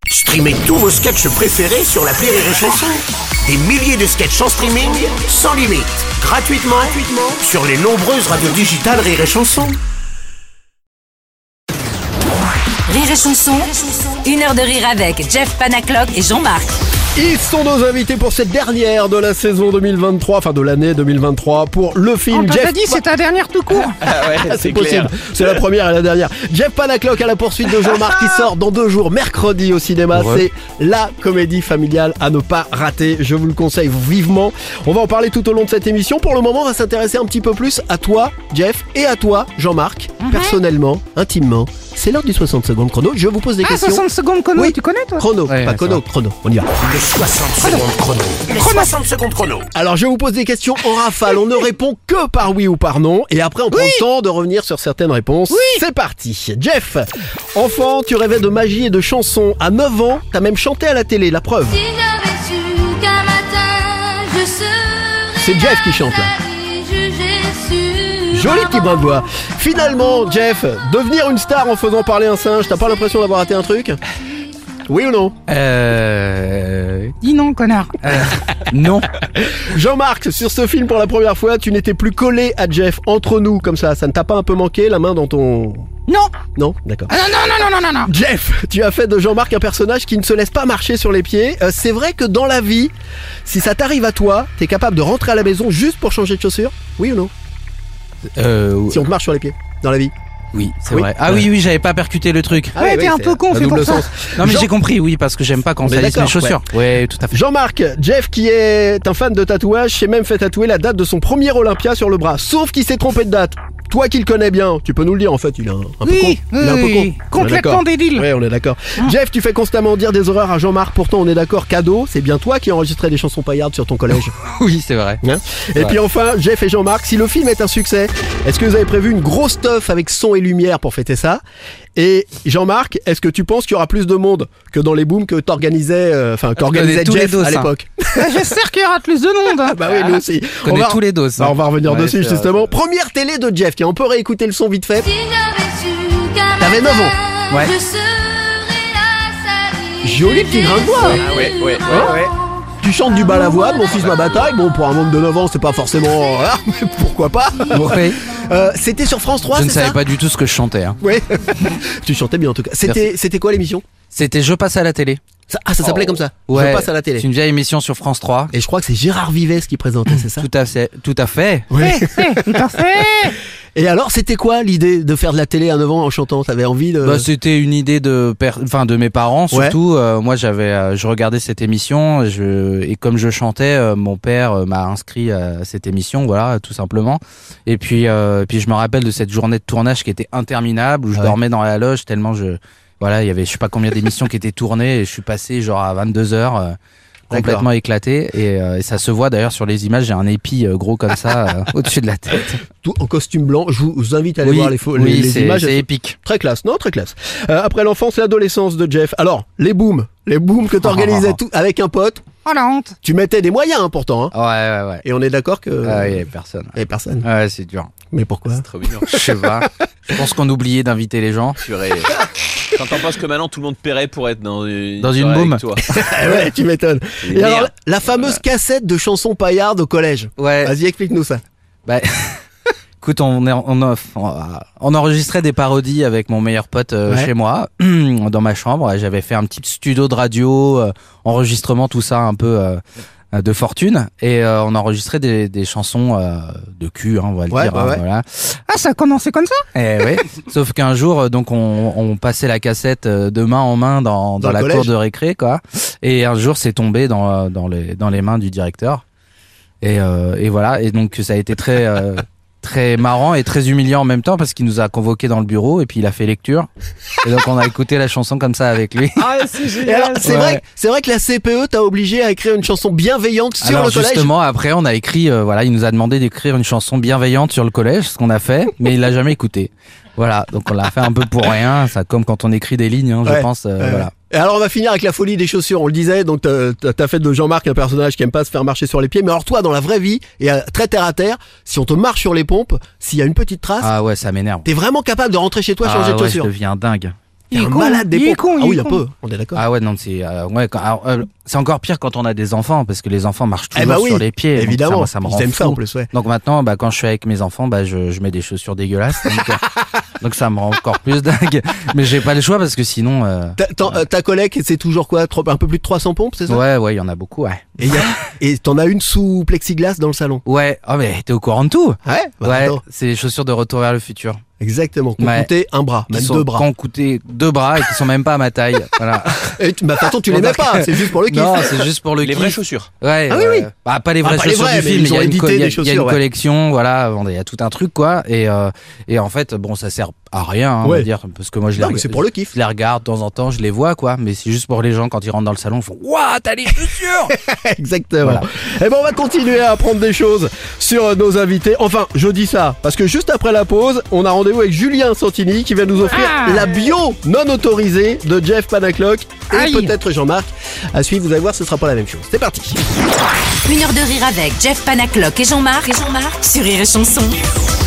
Streamez tous vos sketchs préférés sur l'appli Rire et Chanson. Des milliers de sketchs en streaming, sans limite, gratuitement sur les nombreuses radios digitales Rire et Chanson. Rire et Chanson, 1 heure de rire avec Jeff Panaclock et Jean-Marc. Ils sont nos invités pour cette dernière de la saison 2023, enfin de l'année 2023, pour le film On Jeff... t'a dit c'est ta dernière tout court. Ah ouais, c'est possible, c'est la première et la dernière. Jeff Panaclock à la poursuite de Jean-Marc qui sort dans 2 jours, mercredi au cinéma. C'est la comédie familiale à ne pas rater, je vous le conseille vivement. On va en parler tout au long de cette émission. Pour le moment, on va s'intéresser un petit peu plus à toi, Jeff, et à toi, Jean-Marc, personnellement, intimement. C'est l'heure du 60 secondes chrono, je vous pose des questions. 60 secondes chrono, Oui. tu connais toi? Chrono, pas chrono, on y va. Les 60 secondes chrono. Les 60 secondes chrono. Alors je vous pose des questions en rafale, on ne répond que par oui ou par non, et après on prend le temps de revenir sur certaines réponses. C'est parti. Jeff, enfant, tu rêvais de magie et de chansons. À 9 ans, t'as même chanté à la télé, la preuve. Si j'avais su qu'un matin je serais C'est Jeff qui chante là. jugé sur Joli petit brin de voix. Finalement, Jeff, devenir une star en faisant parler un singe, t'as pas l'impression d'avoir raté un truc? Oui ou non? Dis non, connard. Non. Jean-Marc, sur ce film pour la première fois, tu n'étais plus collé à Jeff, entre nous, comme ça ne t'a pas un peu manqué, la main dans ton... Non. Non? D'accord. Ah, non. Jeff, tu as fait de Jean-Marc un personnage qui ne se laisse pas marcher sur les pieds. C'est vrai que dans la vie, si ça t'arrive à toi, t'es capable de rentrer à la maison juste pour changer de chaussures? Oui ou non? Si on te marche sur les pieds, dans la vie. Oui, c'est Oui. vrai. Ah oui, j'avais pas percuté le truc. Ouais, t'es un peu con, c'est pour ça. Non mais j'ai compris, oui, parce que j'aime pas quand On est ça lisse mes d'accord, chaussures. Ouais, tout à fait. Jean-Marc, Jeff qui est un fan de tatouage, s'est même fait tatouer la date de son premier Olympia sur le bras. Sauf qu'il s'est trompé de date. Toi qui le connais bien, tu peux nous le dire en fait, il est un peu con. Oui, Il est un peu con. On est complètement d'accord. débile. Ouais, on est d'accord. Jeff, tu fais constamment dire des horreurs à Jean-Marc, pourtant on est d'accord, cadeau, c'est bien toi qui as enregistré des chansons paillardes sur ton collège. Oui, c'est vrai. Hein et puis enfin, Jeff et Jean-Marc, si le film est un succès, est-ce que vous avez prévu une grosse teuf avec son et lumière pour fêter ça? Et Jean-Marc, est-ce que tu penses qu'il y aura plus de monde que dans les booms que t'organisais, qu'organisait tous les Jeff dos, à ça. l'époque? J'espère qu'il y aura plus de monde. hein. Bah oui, nous aussi. Je connais tous les dos. On va revenir Ouais, dessus c'est justement. Première télé de Jeff, tiens, on peut réécouter le son vite fait. Si j'avais su qu'un T'avais 9 matin ans. Ouais. je serais la salie. Joli petit grain de voix. Ah ouais. Tu chantes du balavoine, mon fils ma bataille. Bon, pour un monde de 9 ans, c'est pas forcément... Ah, mais pourquoi pas? Ouais. C'était sur France 3, Je ne c'est ça? savais pas du tout ce que je chantais. Hein. Oui. Tu chantais bien en tout cas. C'était quoi l'émission? C'était Je passe à la télé. Ça s'appelait comme ça. Ouais. Je passe à la télé. C'est une vieille émission sur France 3. Et je crois que c'est Gérard Vives qui présentait, c'est ça? Tout à fait. Oui. Tout à fait. Et alors, c'était quoi l'idée de faire de la télé à 9 ans en chantant? T'avais envie de... Bah, c'était une idée de mes parents surtout. Moi, je regardais cette émission et comme je chantais, mon père m'a inscrit à cette émission, voilà, tout simplement. Et puis je me rappelle de cette journée de tournage qui était interminable où je dormais dans la loge tellement voilà, il y avait je sais pas combien d'émissions qui étaient tournées et je suis passé genre à 22h. Complètement éclaté et ça se voit d'ailleurs sur les images, j'ai un épi gros comme ça au-dessus de la tête. Tout en costume blanc. Je vous invite à aller voir les images. C'est épique. Très classe, non? Très classe. Après l'enfance, l'adolescence de Jeff. Alors, les booms que t'organisais tout avec un pote. Oh la honte. Tu mettais des moyens, hein, pourtant. Hein. Ouais. Et on est d'accord que... Il y avait personne. Il y avait personne. Ouais, c'est dur. Mais pourquoi? Trop mignon. Je sais pas. Je pense qu'on oubliait d'inviter les gens. Purée. Quand on pense que maintenant tout le monde paierait pour être dans une Une soirée boum. avec toi. Ouais, tu m'étonnes. Et Merde. alors, la fameuse cassette de chansons paillardes au collège. Ouais. Vas-y, explique-nous ça. Bah, écoute, on enregistrait des parodies avec mon meilleur pote chez moi, dans ma chambre. J'avais fait un petit studio de radio, enregistrement, tout ça un peu de fortune. Et on enregistrait des chansons de cul, hein, on va le dire. Ouais. Voilà. Ah, ça a commencé comme ça? Et ouais. Sauf qu'un jour, donc on passait la cassette de main en main dans Dans le la collège. cour de récré, quoi. Et un jour, c'est tombé dans les mains du directeur. Et voilà. Et donc ça a été très marrant et très humiliant en même temps parce qu'il nous a convoqués dans le bureau et puis il a fait lecture. Et donc on a écouté la chanson comme ça avec lui. Ah, c'est Et génial. alors, c'est vrai que la CPE t'a obligé à écrire une chanson bienveillante sur Alors le collège. justement après on a écrit il nous a demandé d'écrire une chanson bienveillante sur le collège, ce qu'on a fait, mais il l'a jamais écouté. Voilà, donc on l'a fait un peu pour rien, ça comme quand on écrit des lignes, hein, je pense. Voilà. Et alors on va finir avec la folie des chaussures, on le disait, donc t'as fait de Jean-Marc un personnage qui aime pas se faire marcher sur les pieds, mais alors toi dans la vraie vie, et très terre à terre, si on te marche sur les pompes, s'il y a une petite trace, Ah ouais, ça m'énerve. t'es vraiment capable de rentrer chez toi changer de ouais, je chaussures. deviens dingue. T'es Il est un con, malade il est d'époque. con, Ah il est oui, un con. peu, on est d'accord. Ah ouais, non, c'est c'est encore pire quand on a des enfants parce que les enfants marchent toujours oui, sur les pieds. donc évidemment, ça me ils rend t'aiment ça fou. en plus, ouais. Donc maintenant, quand je suis avec mes enfants, je mets des chaussures dégueulasses. Donc ça me rend encore plus dingue. Mais j'ai pas le choix parce que sinon. Ta collègue, c'est toujours quoi, un peu plus de 300 pompes, c'est ça? Ouais, il y en a beaucoup, ouais. Et t'en as une sous plexiglas dans le salon? Ouais, oh mais t'es au courant de tout. Ouais, bah, Ouais, attends. c'est les chaussures de Retour vers le futur. Exactement, qu'on Ouais. coûtait un bras, même deux bras. Qui ont coûté 2 bras et qui sont même pas à ma taille. Voilà. Et de toute façon, tu les mets pas, c'est juste pour le kiff. Non, c'est juste pour le Les kiff. vraies chaussures. Ouais. Ah oui, oui. Bah, pas les vraies pas les chaussures vraies, du mais film. ils ont édité des il y a chaussures, une ouais. collection, voilà. Il y a tout un truc, quoi. Et en fait, bon, ça sert à rien, on Ouais. va dire, parce que moi, Non, mais c'est pour le kiff. Je les regarde de temps en temps, je les vois, quoi. Mais c'est juste pour les gens quand ils rentrent dans le salon, ils font Waouh, t'as les chaussures. Exactement. Voilà. Et ben on va continuer à apprendre des choses sur nos invités. Enfin, je dis ça parce que juste après la pause, on a rendez-vous avec Julien Santini qui va nous offrir la bio non autorisée de Jeff Panaclock et Aïe. peut-être Jean-Marc. À suivre, vous allez voir, ce sera pas la même chose. C'est parti. 1 heure de rire avec Jeff Panaclock et Jean-Marc sur Rire et Chanson.